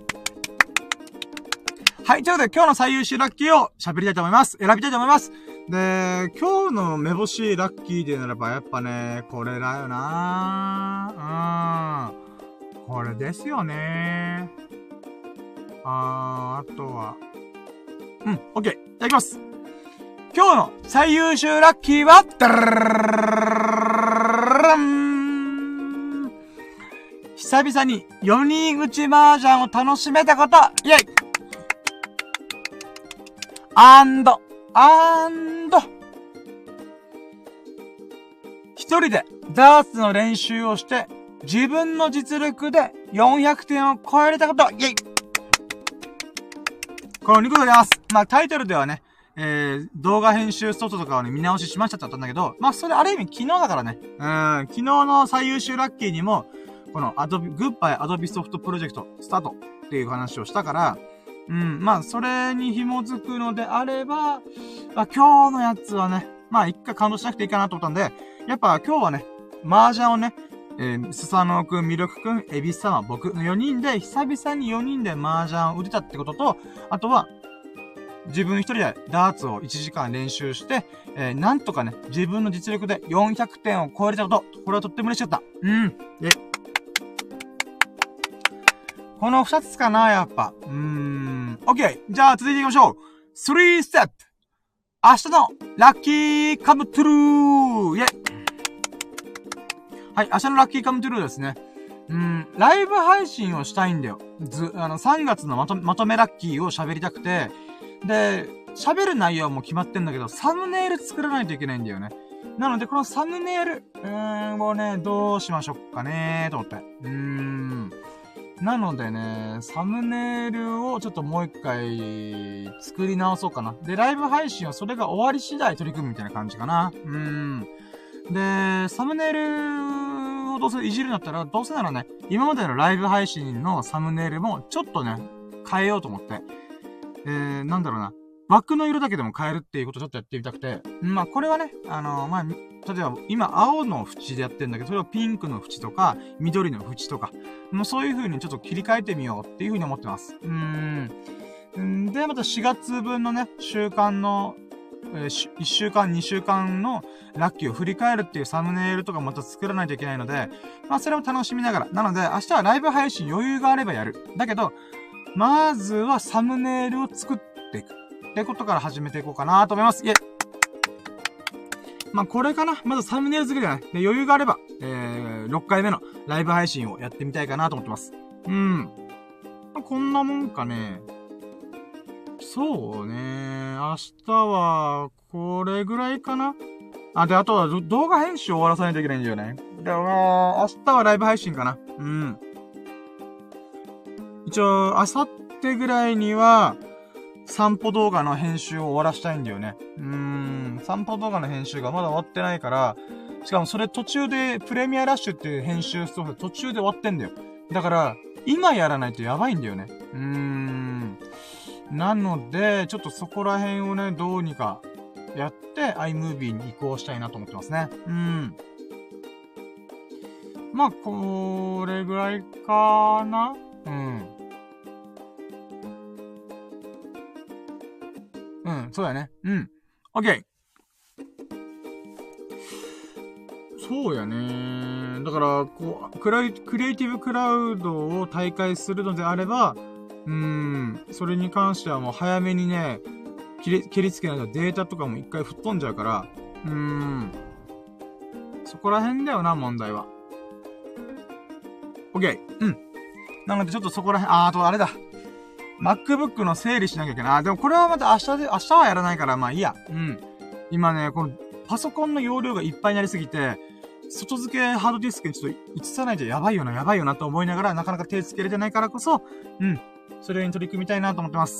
はい。ということで、今日の最優秀ラッキーを喋りたいと思います。選びたいと思います。で、今日のめぼしいラッキーでならば、やっぱね、これだよなうん。これですよねあー、あとは。うん、オッケー。いただきます。今日の最優秀ラッキーは、ダラン久々によにん打ち麻雀を楽しめたこと、イェイアンド、アンド、一人でダーツの練習をして、自分の実力でよんひゃくてんを超えれたこと、イェイこのにことでございます。まあタイトルではね、えー、動画編集ソフトとかをね、見直ししましたってあったんだけど、まあそれある意味昨日だからね、うん、昨日の最優秀ラッキーにも、この Adobe、グッバイ Adobe Soft Project スタートっていう話をしたから、うん、まあ、それに紐づくのであれば、まあ、今日のやつはね、まあ、一回感動しなくていいかなと思ったんで、やっぱ今日はね、麻雀をね、えー、スサノオくん、ミルクくん、エビス様、僕のよにんで、久々によにんで麻雀を打てたってことと、あとは、自分一人でダーツをいちじかん練習して、えー、なんとかね、自分の実力でよんひゃくてんを超えれたこと、これはとっても嬉しかった。うん。でこの二つかな、やっぱ。うーん。オッケー。じゃあ、続いていきましょう。スリーステップ。明日のラッキーカムトゥルーイェイはい、明日のラッキーカムトゥルーですね。うーん、ライブ配信をしたいんだよ。ず、あの、さんがつのまと、まとめラッキーを喋りたくて、で、喋る内容も決まってんだけど、サムネイル作らないといけないんだよね。なので、このサムネイル、うーん、をね、どうしましょうかねーと思って。うーん。なのでね、サムネイルをちょっともう一回作り直そうかな。で、ライブ配信はそれが終わり次第取り組むみたいな感じかな。うーん。で、サムネイルをどうせいじるんだったら、どうせならね、今までのライブ配信のサムネイルもちょっとね、変えようと思って。えー、なんだろうな。枠の色だけでも変えるっていうことをちょっとやってみたくて。まあ、これはね、あのー、まあ、例えば、今、青の縁でやってんだけど、それをピンクの縁とか、緑の縁とか、もうそういう風にちょっと切り替えてみようっていう風に思ってます。うーん。で、またしがつぶんのね、週間の、えー、いっしゅうかん、にしゅうかんのラッキーを振り返るっていうサムネイルとかまた作らないといけないので、まあ、それも楽しみながら。なので、明日はライブ配信余裕があればやる。だけど、まずはサムネイルを作っていく。ってことから始めていこうかなと思います。イェイまあ、これかな。まずサムネイル作りだね。で、余裕があれば、えー、ろっかいめのライブ配信をやってみたいかなと思ってます。うん。 こんなもんかね。そうね。明日は、これぐらいかな。あ、で、あとは動画編集を終わらさないといけないんだよね。でも、明日はライブ配信かな。うん。一応、明後日ぐらいには、散歩動画の編集を終わらしたいんだよね。うーん。散歩動画の編集がまだ終わってないから、しかもそれ途中で、プレミアラッシュっていう編集ソフト途中で終わってんだよ。だから、今やらないとやばいんだよね。うーん。なので、ちょっとそこら辺をね、どうにかやって、iMovie に移行したいなと思ってますね。うん。まあ、これぐらいかな。うん。うん、そうだね。うん。OK。そうやね。だから、こう、クライ、クリエイティブクラウドを大会するのであれば、うーん、それに関してはもう早めにね、切り、切りつけないとデータとかも一回吹っ飛んじゃうから、うーん、そこら辺だよな、問題は。OK。うん。なのでちょっとそこら辺、あー、あとあれだ。MacBook の整理しなきゃいけない。あ、でもこれはまた明日で、明日はやらないから、まあいいや。うん。今ね、この、パソコンの容量がいっぱいになりすぎて、外付けハードディスクにちょっと移さないとやばいよな、やばいよなと思いながら、なかなか手つけれてないからこそ、うん。それに取り組みたいなと思ってます。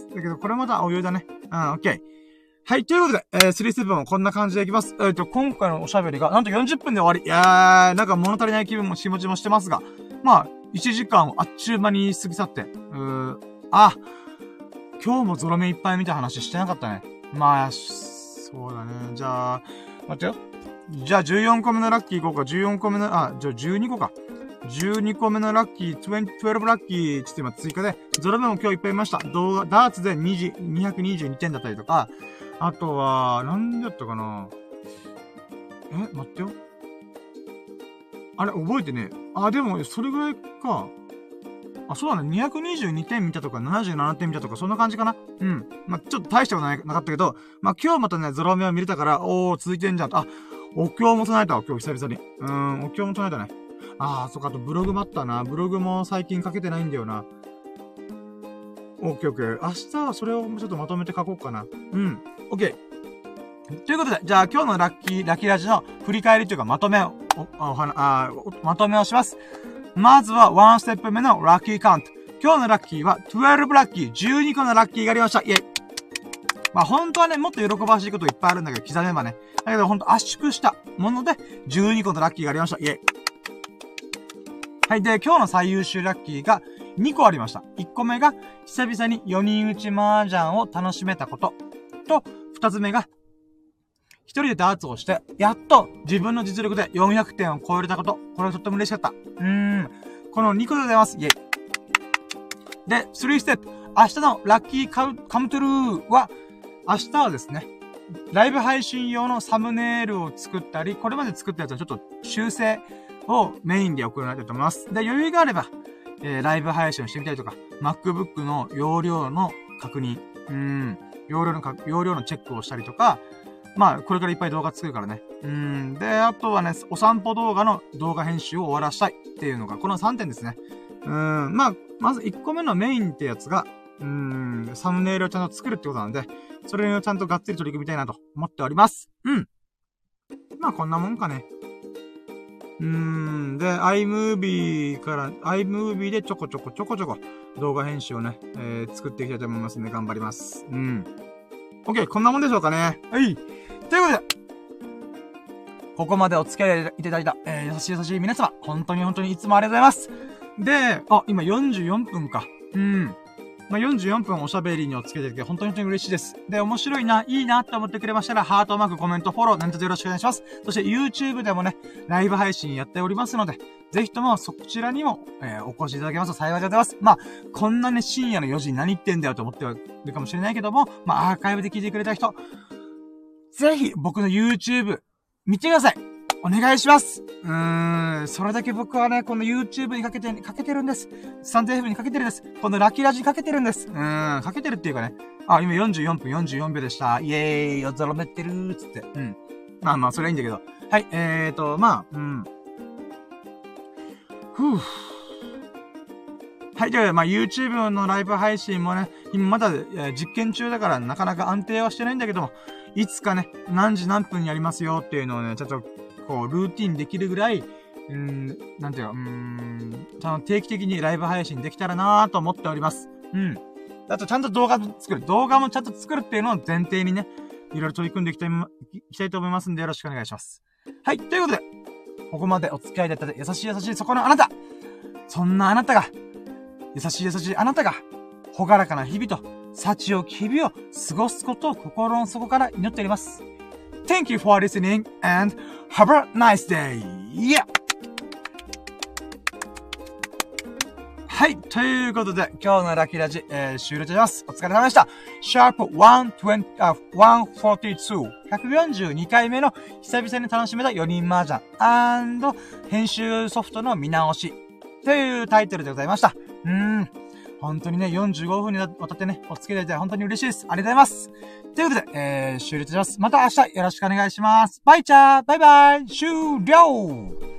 だけど、これまたお余裕だね。うん、オッケー。はい、ということで、えー、スリーセブンもこんな感じでいきます。えっと、今回のおしゃべりが、なんとよんじゅっぷんで終わり。いやー、なんか物足りない気分も気持ちもしてますが、まあ、いちじかんをあっちゅう間に過ぎ去って、うー、あ、今日もゾロ目いっぱい見た話してなかったね。まあ、そうだね。じゃあ、待ってよ。じゃあじゅうよんこめのラッキーいこうか。じゅうよんこめの、あ、じゃあじゅうにこか。じゅうにこめのラッキー、じゅうにラッキー、ちょっと今追加で、ゾロ目も今日いっぱい見ました。動画、ダーツでにじゅう、にひゃくにじゅうにてんだったりとか、あとは、なんだったかな。え、待ってよ。あれ、覚えてねえ。あ、でも、それぐらいか。あ、そうだね。にひゃくにじゅうにてん見たとか、ななじゅうななてん見たとか、そんな感じかな。うん。まあ、ちょっと大したことなかったけど、まあ、今日またね、ゾロ目を見れたから、おー、続いてんじゃん。あ、お経も唱えたわ、今日久々に。うーん、お経も唱えたね。あー、そっか、あとブログもあったな。ブログも最近書けてないんだよな。オッケーオッケー。明日はそれをちょっとまとめて書こうかな。うん。オッケー。ということで、じゃあ今日のラッキー、ラッキーラジの振り返りというかまとめを、お、おはな、あまとめをします。まずはワンステップ目のラッキーカウント。今日のラッキーはじゅうにラッキー、じゅうにこのラッキーがありました。イェイ。まあ本当はね、もっと喜ばしいこといっぱいあるんだけど、刻めばね。だけど本当圧縮したもので、じゅうにこのラッキーがありました。イェイ。はい。で、今日の最優秀ラッキーがにこありました。いっこめが、久々によにん打ち麻雀を楽しめたこと。と、ふたつめが、一人でダーツをして、やっと自分の実力でよんひゃくてんを超えれたこと。これはとっても嬉しかった。うーん。このにこでございます。イェイ。で、さんステップ。明日のラッキーカム、カムトゥルーは、明日はですね、ライブ配信用のサムネイルを作ったり、これまで作ったやつはちょっと修正をメインで行いたいと思います。で、余裕があれば、えー、ライブ配信をしてみたりとか、MacBook の容量の確認、うーん、容量のか、容量のチェックをしたりとか、まあ、これからいっぱい動画作るからね。うーん。で、あとはね、お散歩動画の動画編集を終わらしたいっていうのが、このさんてんですね。うーん。まあ、まずいっこめのメインってやつが、うーん、サムネイルをちゃんと作るってことなんで、それをちゃんとがっつり取り組みたいなと思っております。うん。まあ、こんなもんかね。うーん。で、iMovie から、iMovie でちょこちょこちょこちょこ動画編集をね、えー、作っていきたいと思いますんで、頑張ります。うん。OK、こんなもんでしょうかね。はい。ということで、ここまでお付き合いいただいた、えー、優しい優しい皆様、本当に本当にいつもありがとうございます。で、あ、今よんじゅうよんぷんか。うん。まあ、よんじゅうよんぷんおしゃべりにお付き合いいただき、本当に本当に嬉しいです。で、面白いな、いいなって思ってくれましたら、ハートマーク、コメント、フォロー、何卒よろしくお願いします。そして YouTube でもね、ライブ配信やっておりますので、ぜひともそちらにも、えー、お越しいただけますと幸いでございます。まあ、こんなね、深夜のよじに何言ってんだよと思ってるかもしれないけども、まあ、アーカイブで聞いてくれた人、ぜひ僕の YouTube 見てください。お願いします。うーん、それだけ僕はね、この YouTube にかけて、かけてるんです。スタンド エフ にかけてるんです。このラッキーラジにかけてるんです。うーん、かけてるっていうかね。あ、今よんじゅうよんぷんよんじゅうよんびょうでした。イエーイ、よぞろめってるーつって。うん。まあまあ、それはいいんだけど。はい、えーと、まあ、うん。ふぅ。 はい、ということで、まあ、YouTube のライブ配信もね、今まだ、えー、実験中だからなかなか安定はしてないんだけども、いつかね、何時何分やりますよっていうのをね、ちょっと、こう、ルーティンできるぐらい、うーん、なんていうか、うーん、ちゃんと定期的にライブ配信できたらなぁと思っております。うん。あと、ちゃんと動画作る。動画もちゃんと作るっていうのを前提にね、いろいろ取り組んでいきたい、いきたいと思いますんで、よろしくお願いします。はい、ということで、ここまでお付き合いだったで、優しい優しいそこのあなた。そんなあなたが、優しい優しいあなたが、ほがらかな日々と、幸よき日々を過ごすことを心の底から祈っております。Thank you for listening and have a nice day! Yeah! はい。ということで、今日のラッキーラジ、えー、終了いたします。お疲れ様でした。シャープひゃくにじゅう、あ、ひゃくよんじゅうに。ひゃくよんじゅうにかいめの久々に楽しめたよにん麻雀編集ソフトの見直しというタイトルでございました。うーん。本当にね、よんじゅうごふんにわたってね、お付き合いいただいて本当に嬉しいです。ありがとうございます。ということで、えー、終了いたします。また明日よろしくお願いします。バイチャーバイバイ終了